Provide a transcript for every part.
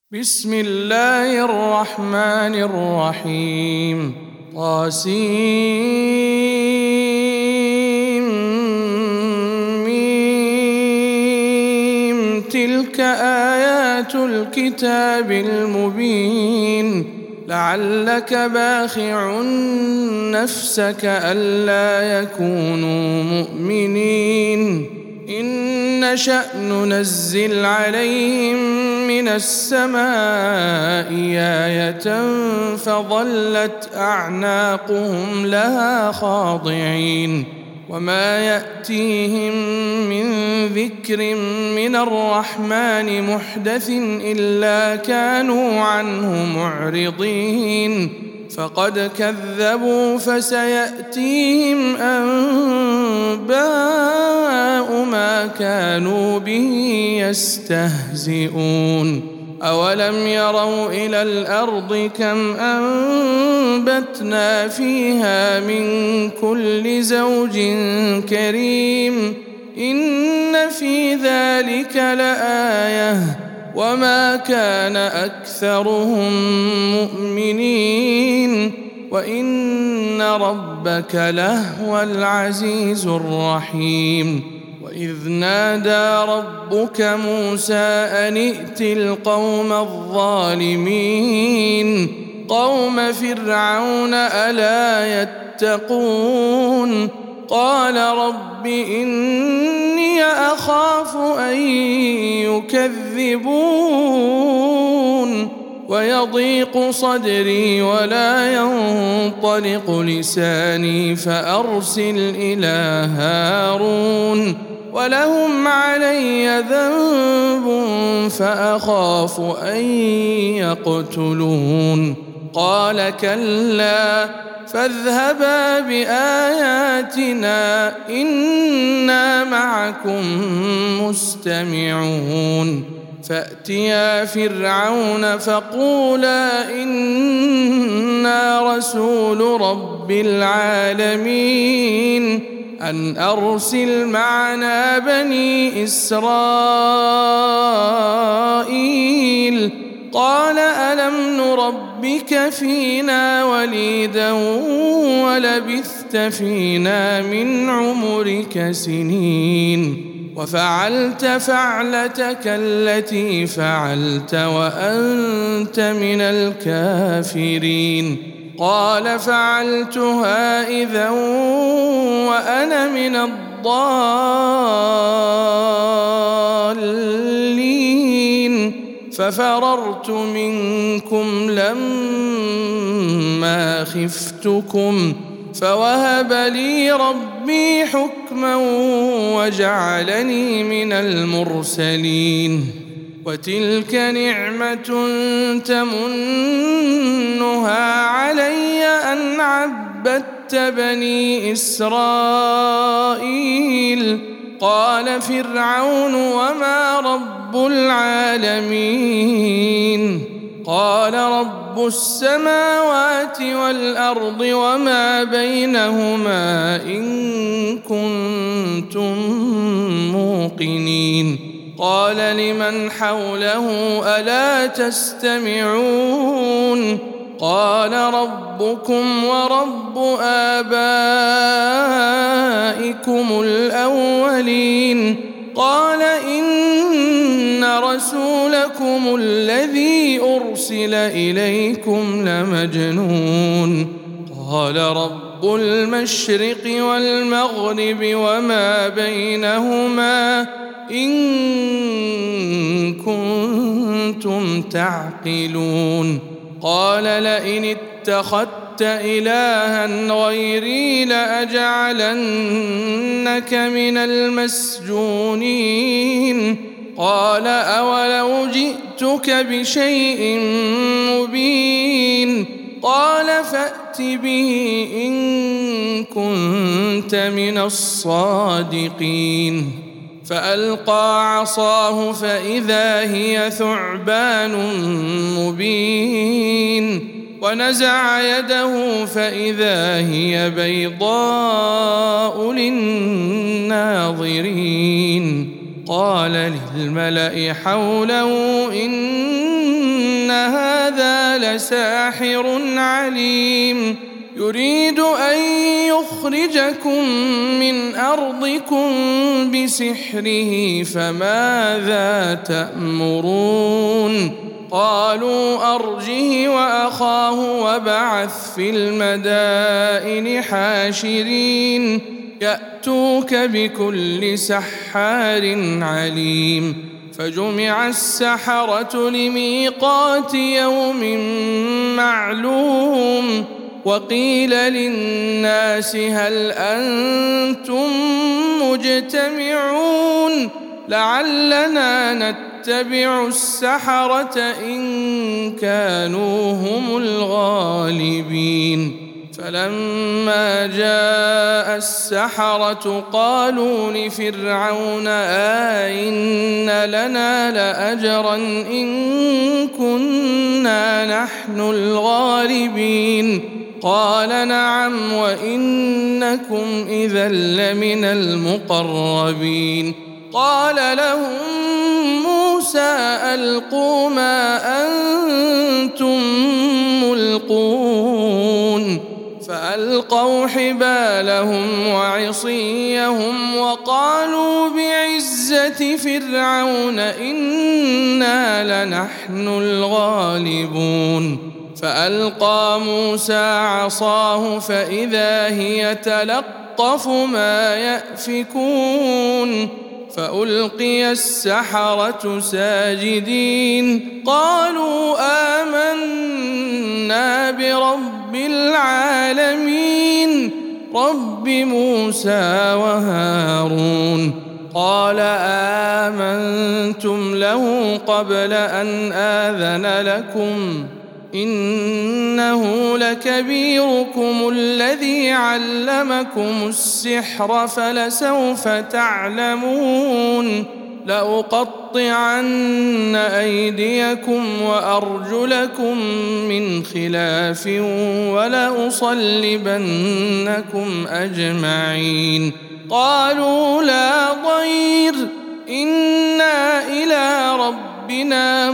بسم الله الرحمن الرحيم طاسيم تلك آيات الكتاب المبين لعلك باخع نفسك ألا يكونوا مؤمنين إن نشأ ننزل عليهم من السماء آية فظلت أعناقهم لها خاضعين وما يأتيهم من ذكر من الرحمن محدث إلا كانوا عنه معرضين فقد كذبوا فسيأتيهم أنباء ما كانوا به يستهزئون أولم يروا إلى الأرض كم أنبتنا فيها من كل زوج كريم إن في ذلك لآية وما كان أكثرهم مؤمنين وإن ربك لهو العزيز الرحيم وإذ نادى ربك موسى أن ائت القوم الظالمين قوم فرعون ألا يتقون قال رب إني أخاف أن يكذبون ويضيق صدري ولا ينطلق لساني فأرسل إلى هارون ولهم علي ذنب فأخاف أن يقتلون قال كلا فاذهبا بآياتنا إنا معكم مستمعون فأتيا فرعون فقولا إنا رسول رب العالمين أن أرسل معنا بني إسرائيل قال ألم نربك فينا وليدا ولبثت فينا من عمرك سنين وفعلت فعلتك التي فعلت وأنت من الكافرين قال فعلتها إذا وأنا من الضالين ففررت منكم لما خفتكم فوهب لي ربي حكما وجعلني من المرسلين وتلك نعمة تمنها علي أن عبدت بني إسرائيل قال فرعون وما رب العالمين قال رب السماوات والأرض وما بينهما إن كنتم موقنين قال لمن حوله ألا تستمعون قال ربكم ورب آبائكم الأولين قال إن رسولكم الذي أرسل إليكم لمجنون قال رب المشرق والمغرب وما بينهما إن كنتم تعقلون قال لئن اتخذت إلها غيري لأجعلنك من المسجونين قال أولو جئتك بشيء مبين قال فأت به إن كنت من الصادقين فألقى عصاه فإذا هي ثعبان مبين ونزع يده فإذا هي بيضاء للناظرين قال للملأ حوله إن إن هذا لساحر عليم يريد أن يخرجكم من أرضكم بسحره فماذا تأمرون قالوا أرجه وأخاه وابعث في المدائن حاشرين يأتوك بكل سحار عليم فجمع السحرة لميقات يوم معلوم وقيل للناس هل أنتم مجتمعون لعلنا نتبع السحرة إن كانوا هم الغالبين فلما جاء السحرة قالوا لفرعون آئن لنا لأجرا إن كنا نحن الغالبين قال نعم وإنكم إذا لمن المقربين قال لهم موسى ألقوا ما أنتم ملقون فألقوا حبالهم وعصيهم وقالوا بعزة فرعون إنا لنحن الغالبون فألقى موسى عصاه فإذا هي تلقف ما يأفكون فألقي السحرة ساجدين قالوا آمنا برب العالمين رب موسى وهارون قال آمنتم له قبل أن آذن لكم إنه لكبيركم الذي علمكم السحر فلسوف تعلمون لأقطعن أيديكم وأرجلكم من خلاف ولأصلبنكم أجمعين قالوا لا ضير إنا إلى ربنا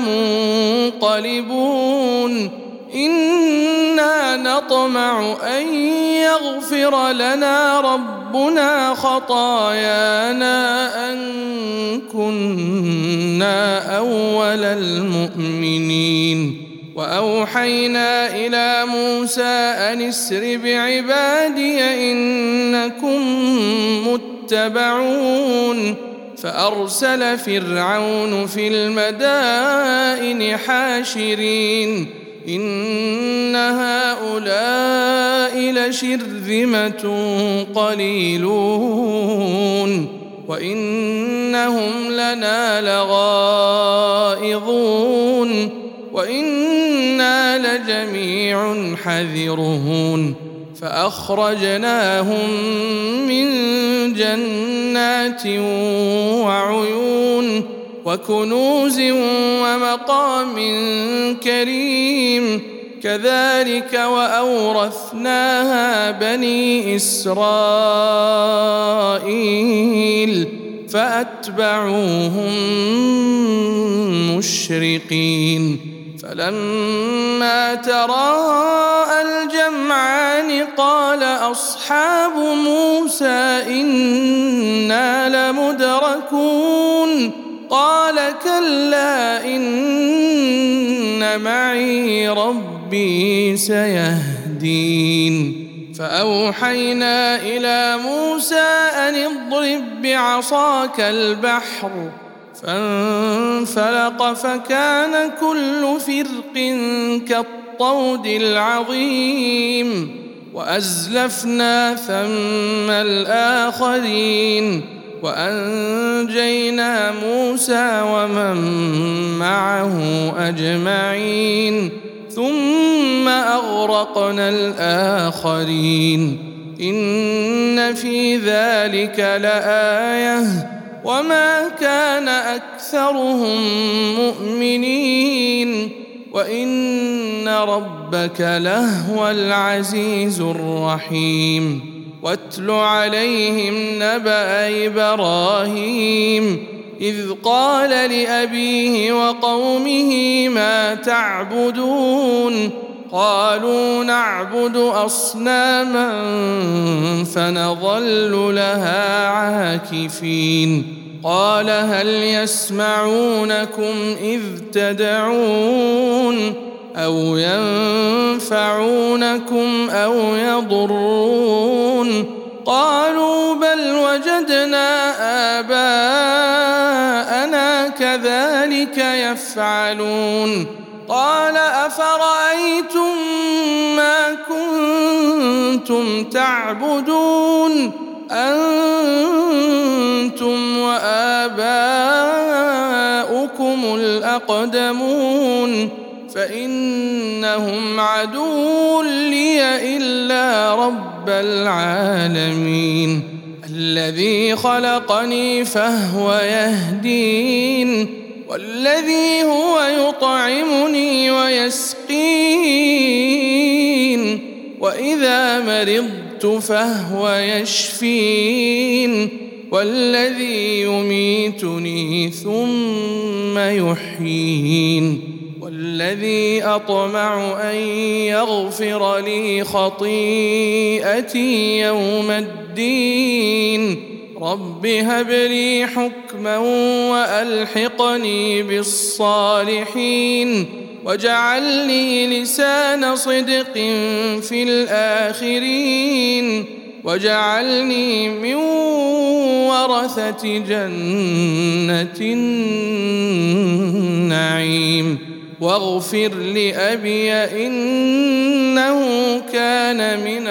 منقلبون إنا نطمع أن يغفر لنا ربنا خطايانا أن كنا أول المؤمنين وأوحينا إلى موسى أن اسر بعبادي إنكم متبعون فأرسل فرعون في المدائن حاشرين إن هؤلاء لشرذمة قليلون وإنهم لنا لغائظون وإنا لجميع حذرون فأخرجناهم من جنات وعيون وكنوز ومقام كريم كذلك وأورثناها بني إسرائيل فأتبعوهم مشرقين فلما تراءى الجمعان قال أصحاب موسى إنا لمدركون قال كلا إن معي ربي سيهدين فأوحينا إلى موسى أن اضرب بعصاك البحر فانفلق فكان كل فرق كالطود العظيم وأزلفنا ثم الآخرين وأنجينا موسى ومن معه أجمعين ثم أغرقنا الآخرين إن في ذلك لآية وما كان أكثرهم مؤمنين وإن ربك لهو العزيز الرحيم واتل عليهم نبأ إبراهيم إذ قال لأبيه وقومه ما تعبدون قالوا نعبد أصناما فنظل لها عاكفين قال هل يسمعونكم إذ تدعون أو ينفعونكم أو يضرون قالوا بل وجدنا آباءنا كذلك يفعلون قال أفرأيتم ما كنتم تعبدون أنتم وآباؤكم الأقدمون فإنهم عدو لي إلا رب العالمين الذي خلقني فهو يهدين والذي هو يطعمني ويسقين وإذا مرضت فهو يشفين والذي يميتني ثم يحيين والذي أطمع أن يغفر لي خطيئتي يوم الدين رب هب لي حكما وألحقني بالصالحين واجعلني لسان صدق في الآخرين واجعلني من ورثة جنة النعيم واغفر لأبي إنه كان من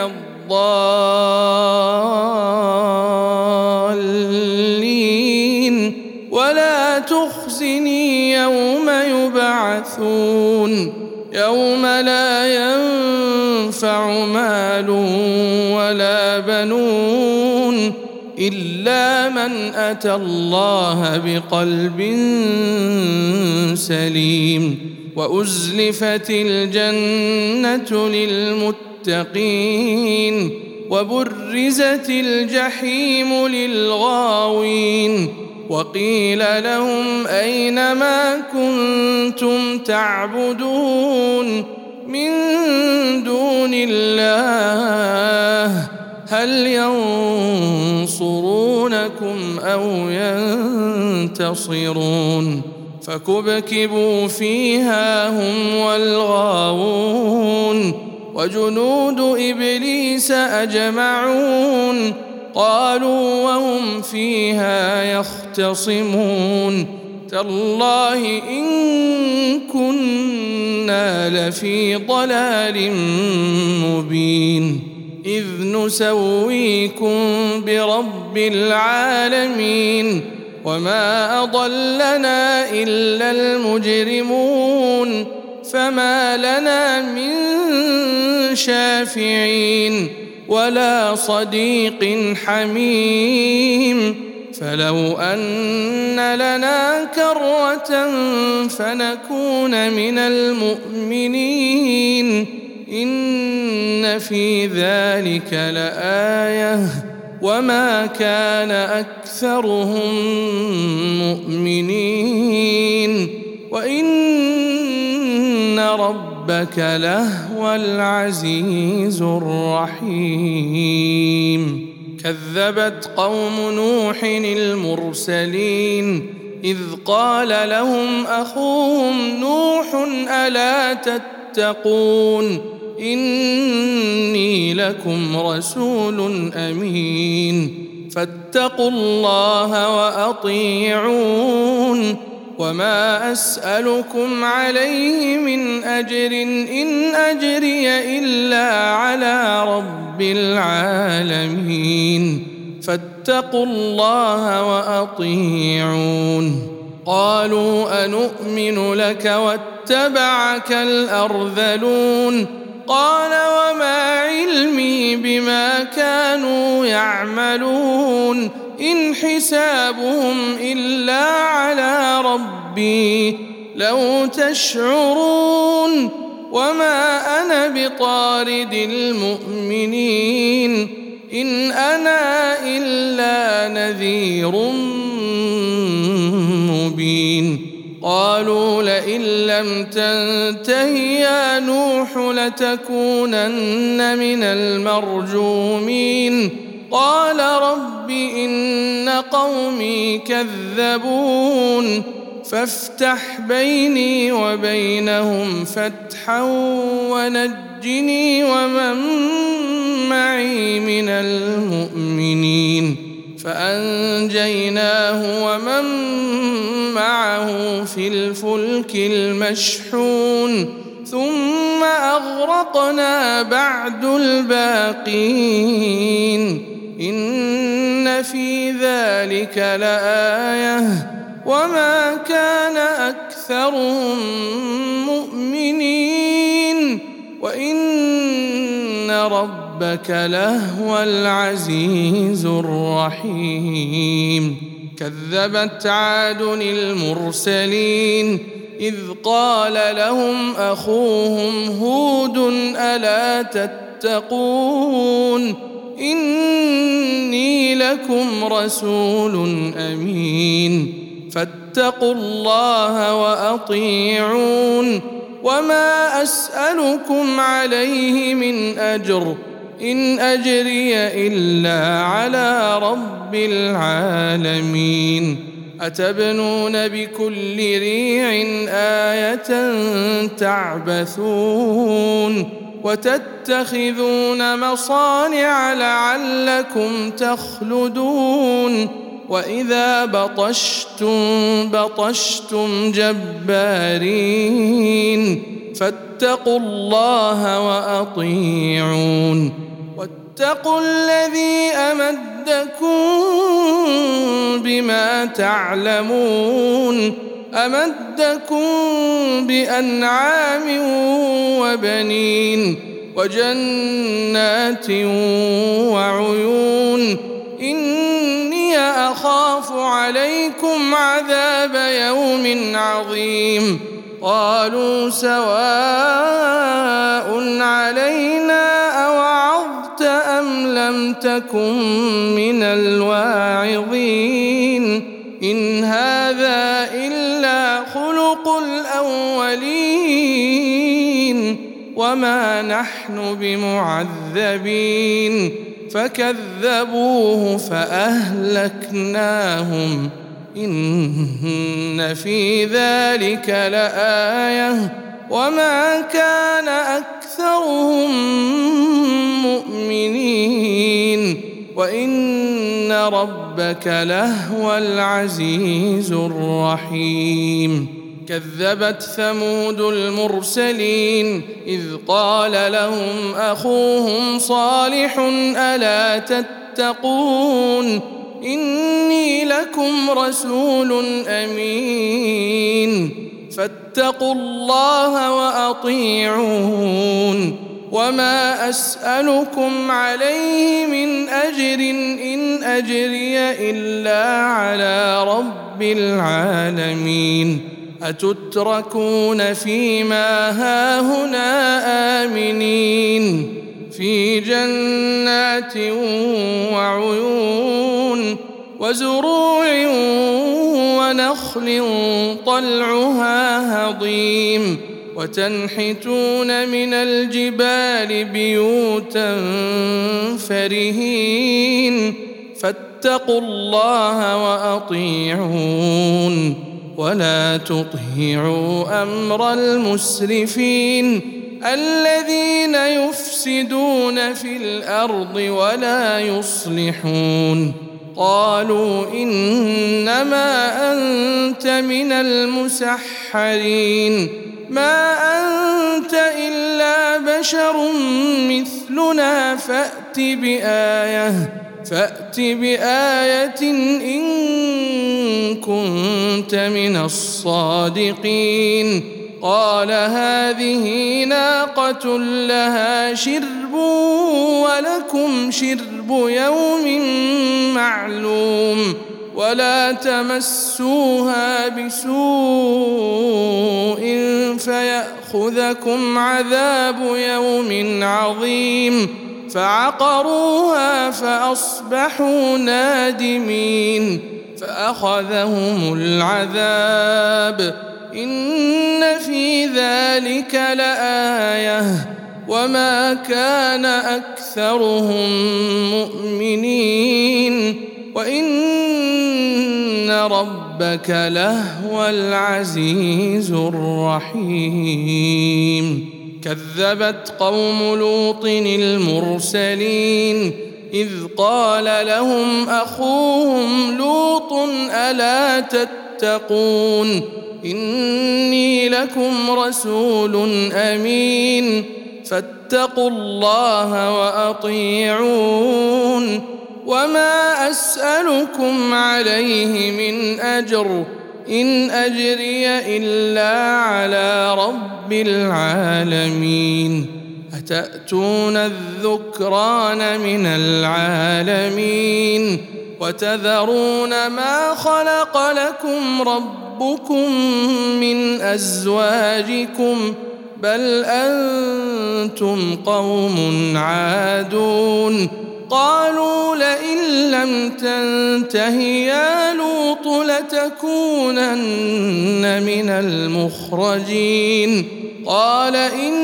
الضالين ولا تخزني يوم يبعثون يوم لا ينفع مال ولا بنون إلا من أتى الله بقلب سليم وأزلفت الجنة للمتقين وبرزت الجحيم للغاوين وقيل لهم أين ما كنتم تعبدون من دون الله هل ينصرونكم أو ينتصرون فكبكبوا فيها هم والغاوون وجنود إبليس أجمعون قالوا وهم فيها يختصمون تالله إن كنا لفي ضلال مبين إذ نسويكم برب العالمين وما أضلنا إلا المجرمون فما لنا من شافعين ولا صديق حميم فلو أن لنا كرة فنكون من المؤمنين إن في ذلك لآية وما كان أكثرهم مؤمنين وإن ربك لهو العزيز الرحيم كذبت قوم نوح المرسلين إذ قال لهم أخوهم نوح ألا تتقون إني لكم رسول أمين فاتقوا الله وأطيعون وما أسألكم عليه من أجر إن أجري إلا على رب العالمين فاتقوا الله وأطيعون قالوا أنؤمن لك واتبعك الأرذلون قال وما علمي بما كانوا يعملون إن حسابهم إلا على ربي لو تشعرون وما أنا بطارد المؤمنين إن أنا إلا نذير مبين قالوا لئن لم تنته يا نوح لتكونن من المرجومين قال رب إن قومي كذبون فافتح بيني وبينهم فتحا ونجني ومن معي من المؤمنين فأنجيناه ومن معه في الفلك المشحون ثم أغرقنا بعد الباقين إن في ذلك لآية وما كان أكثرهم مؤمنين وإن ربك لهو العزيز الرحيم كذبت عاد المرسلين إذ قال لهم أخوهم هود ألا تتقون إني لكم رسول أمين فاتقوا الله وأطيعون وما أسألكم عليه من أجر إن أجري إلا على رب العالمين أتبنون بكل ريع آية تعبثون وتتخذون مصانع لعلكم تخلدون وإذا بطشتم جبارين فاتقوا الله وأطيعون واتقوا الذي أمدكم بما تعلمون أمدكم بأنعام وبنين وجنات وعيون إني أخاف عليكم عذاب يوم عظيم قالوا سواء علينا أوعظت أم لم تكن من الواعظين إن هذا إلا خلق الأولين وما نحن بمعذبين فكذبوه فأهلكناهم إن في ذلك لآية وما كان أكثرهم مؤمنين وإن ربك لهو العزيز الرحيم كذبت ثمود المرسلين إذ قال لهم أخوهم صالح ألا تتقون إني لكم رسول أمين فاتقوا الله وأطيعون وما أسألكم عليه من أجر إن أجري إلا على رب العالمين أتتركون فيما هاهنا آمنين في جنات وعيون وزروع ونخل طلعها هضيم وتنحتون من الجبال بيوتا فرهين فاتقوا الله وأطيعون ولا تطيعوا أمر المسرفين الذين يفسدون في الأرض ولا يصلحون قالوا إنما أنت من المسحرين ما أنت إلا بشر مثلنا فأت بآية إن كنت من الصادقين قال هذه ناقة لها شرب ولكم شرب يوم معلوم ولا تمسوها بسوء فيأخذكم عذاب يوم عظيم فعقروها فأصبحوا نادمين فأخذهم العذاب إن في ذلك لآية وما كان أكثرهم مؤمنين وإن ربك لهو العزيز الرحيم كذبت قوم لوط المرسلين إذ قال لهم أخوهم لوط ألا تتقون إني لكم رسول أمين فاتقوا الله وأطيعون وما أسألكم عليه من أجر إن أجري إلا على رب العالمين أتأتون الذكران من العالمين وتذرون ما خلق لكم ربكم من أزواجكم بل أنتم قوم عادون قالوا لئن لم تنته يا لوط لتكونن من المخرجين قال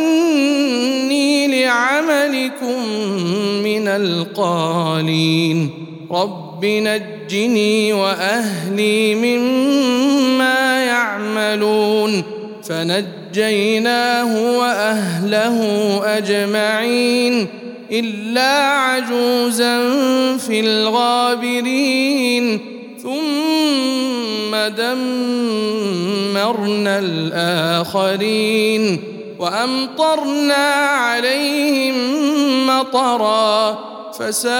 إني لعملكم من القالين رب نجني وأهلي مما يعملون فنجيناه وأهله أجمعين إلا عجوزا في الغابرين ثم دمرنا الآخرين وأمطرنا عليهم مطرا فساء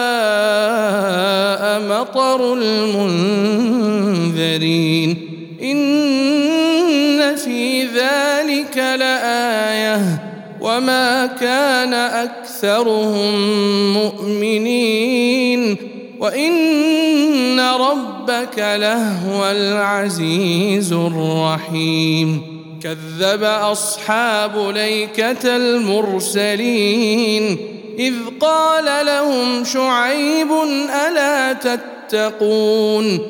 مطر المنذرين إن في ذلك لآية وما كان أكثرهم مؤمنين وإن ربك لهو العزيز الرحيم كذب أصحاب ليكة المرسلين إذ قال لهم شعيب ألا تتقون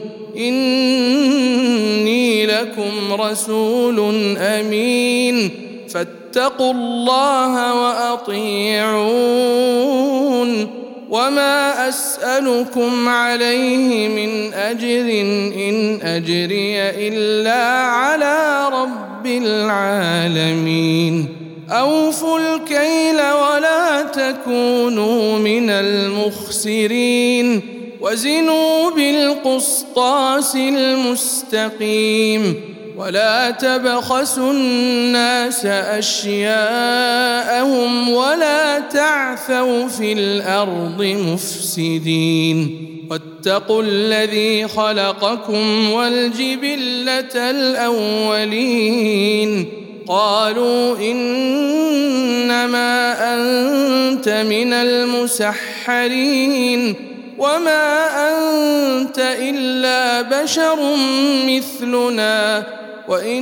إني لكم رسول أمين فاتقوا الله وأطيعون وما أسألكم عليه من أجر إن أجري إلا على رب العالمين أوفوا الكيل ولا تكونوا من المخسرين وزنوا بالقسطاس المستقيم ولا تبخسوا الناس أشياءهم ولا تعثوا في الأرض مفسدين واتقوا الذي خلقكم والجبلة الأولين قالوا إنما أنت من المسحرين وما أنت إلا بشر مثلنا وإن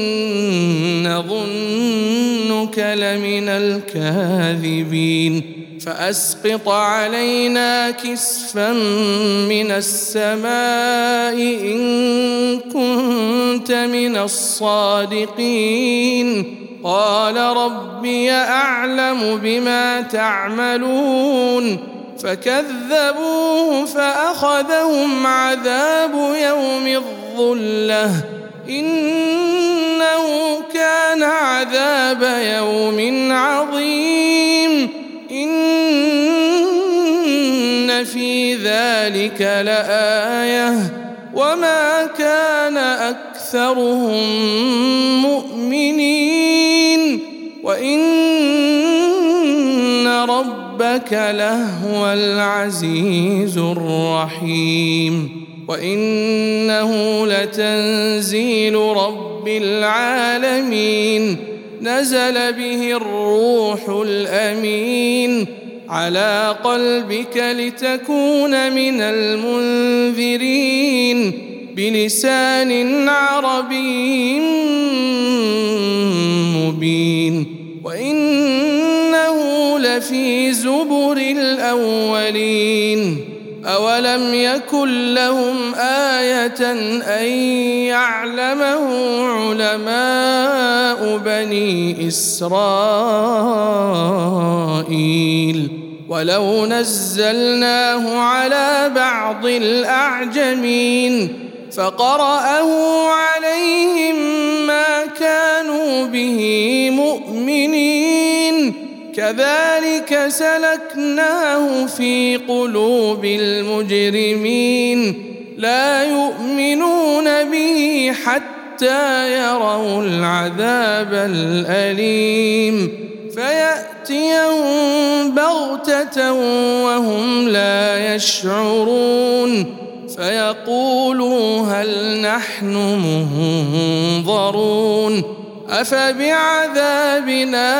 نظنك لمن الكاذبين فأسقط علينا كسفا من السماء إن كنت من الصادقين قال ربي أعلم بما تعملون فكذبوه فأخذهم عذاب يوم الظلة إنه كان عذاب يوم عظيم إن في ذلك لآية وما كان أكثرهم مؤمنين وإن ربك لهو العزيز الرحيم وإنه لتنزيل رب العالمين نزل به الروح الأمين على قلبك لتكون من المنذرين بلسان عربي مبين وإنه لفي زبر الأولين أولم يكن لهم آية أن يعلمه علماء بني إسرائيل ولو نزلناه على بعض الأعجمين فقرأه عليهم ما كانوا به مؤمنين كذلك سلكناه في قلوب المجرمين لا يؤمنون به حتى يروا العذاب الأليم فيأتيهم بغتة وهم لا يشعرون فيقولوا هل نحن منظرون أفبعذابنا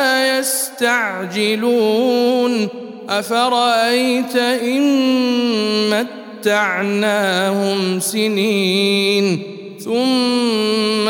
يستعجلون أفرأيت إن متعناهم سنين ثم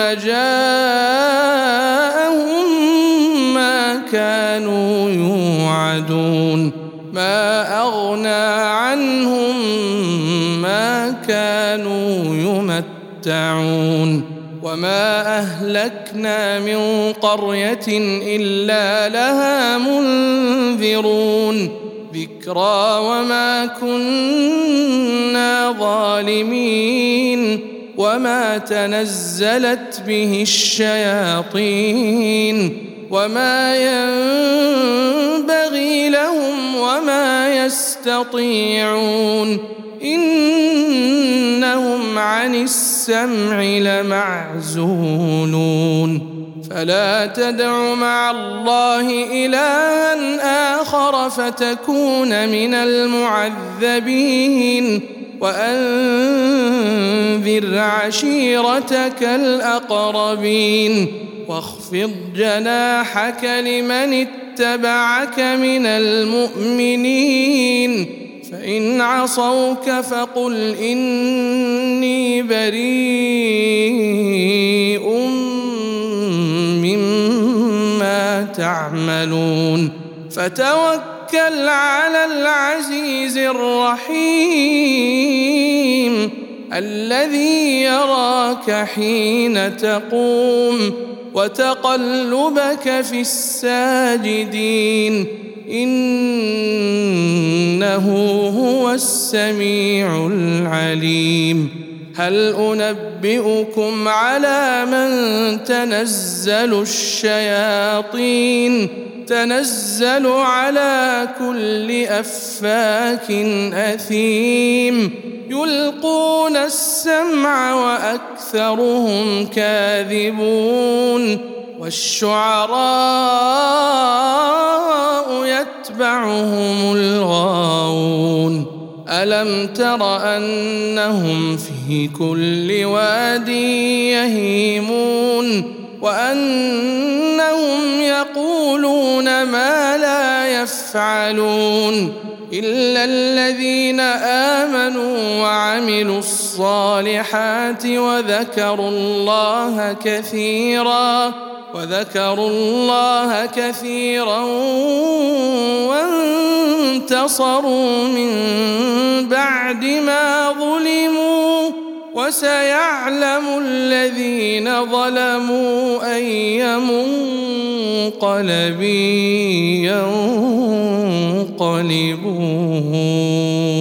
جاءهم ما كانوا يوعدون ما أغنى عنهم ما كانوا يمتعون وما أهلكنا من قرية إلا لها منذرون ذكرى وما كنا ظالمين وما تنزلت به الشياطين وما ينبغي لهم وما يستطيعون إنهم عن السمع لمعزولون فلا تدع مع الله إلها آخر فتكون من المعذبين وأنذر عشيرتك الأقربين واخفض جناحك لمن اتبعك من المؤمنين فإن عصوك فقل إني بريء مما تعملون فتوكل على العزيز الرحيم الذي يراك حين تقوم وتقلبك في الساجدين إنه هو السميع العليم هل أنبئكم على من تنزل الشياطين تنزل على كل أفاك أثيم يلقون السمع وأكثرهم كاذبون والشعراء يتبعهم الغاوون ألم تر أنهم في كل واد يهيمون وأنهم يقولون ما لا يفعلون إلا الذين آمنوا وعملوا الصالحات وذكروا الله كثيرا وانتصروا من بعد ما ظلموا وسيعلم الذين ظلموا أي منقلب ينقلبون